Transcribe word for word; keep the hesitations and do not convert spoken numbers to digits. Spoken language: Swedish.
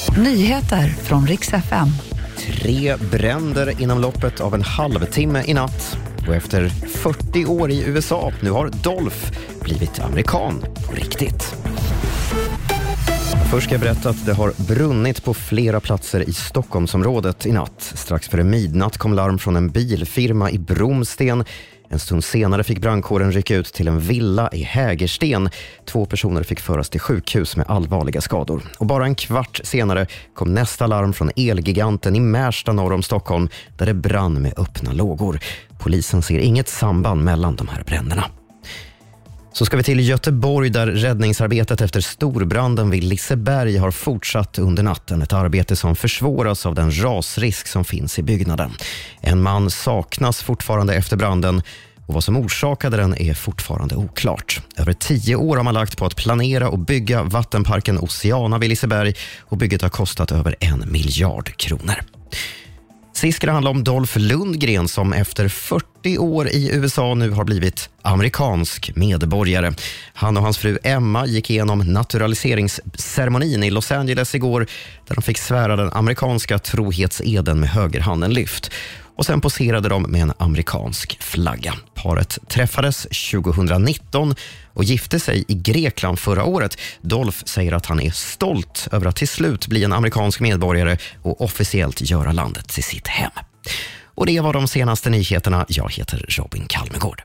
Nyheter från Rix F M. Tre bränder inom loppet av en halvtimme i natt. Och efter fyrtio år i U S A, nu har Dolph blivit amerikan på riktigt. Först ska jag berätta att det har brunnit på flera platser i Stockholmsområdet i natt. Strax före midnatt kom larm från en bilfirma i Bromsten. En stund senare fick brandkåren rycka ut till en villa i Hägersten. Två personer fick föras till sjukhus med allvarliga skador. Och bara en kvart senare kom nästa larm från Elgiganten i Märsta norr om Stockholm, där det brann med öppna lågor. Polisen ser inget samband mellan de här bränderna. Så ska vi till Göteborg, där räddningsarbetet efter storbranden vid Liseberg har fortsatt under natten. Ett arbete som försvåras av den rasrisk som finns i byggnaden. En man saknas fortfarande efter branden och vad som orsakade den är fortfarande oklart. Över tio år har man lagt på att planera och bygga vattenparken Oceana vid Liseberg och bygget har kostat över en miljard kronor. Sist ska det handla om Dolph Lundgren som efter fyrtio år i U S A nu har blivit amerikansk medborgare. Han och hans fru Emma gick igenom naturaliseringsceremonin i Los Angeles igår, där de fick svära den amerikanska trohetseden med högerhanden lyft. Och sen poserade de med en amerikansk flagga. Paret träffades tjugonitton och gifte sig i Grekland förra året. Dolph säger att han är stolt över att till slut bli en amerikansk medborgare och officiellt göra landet till sitt hem. Och det var de senaste nyheterna. Jag heter Robin Kalmegård.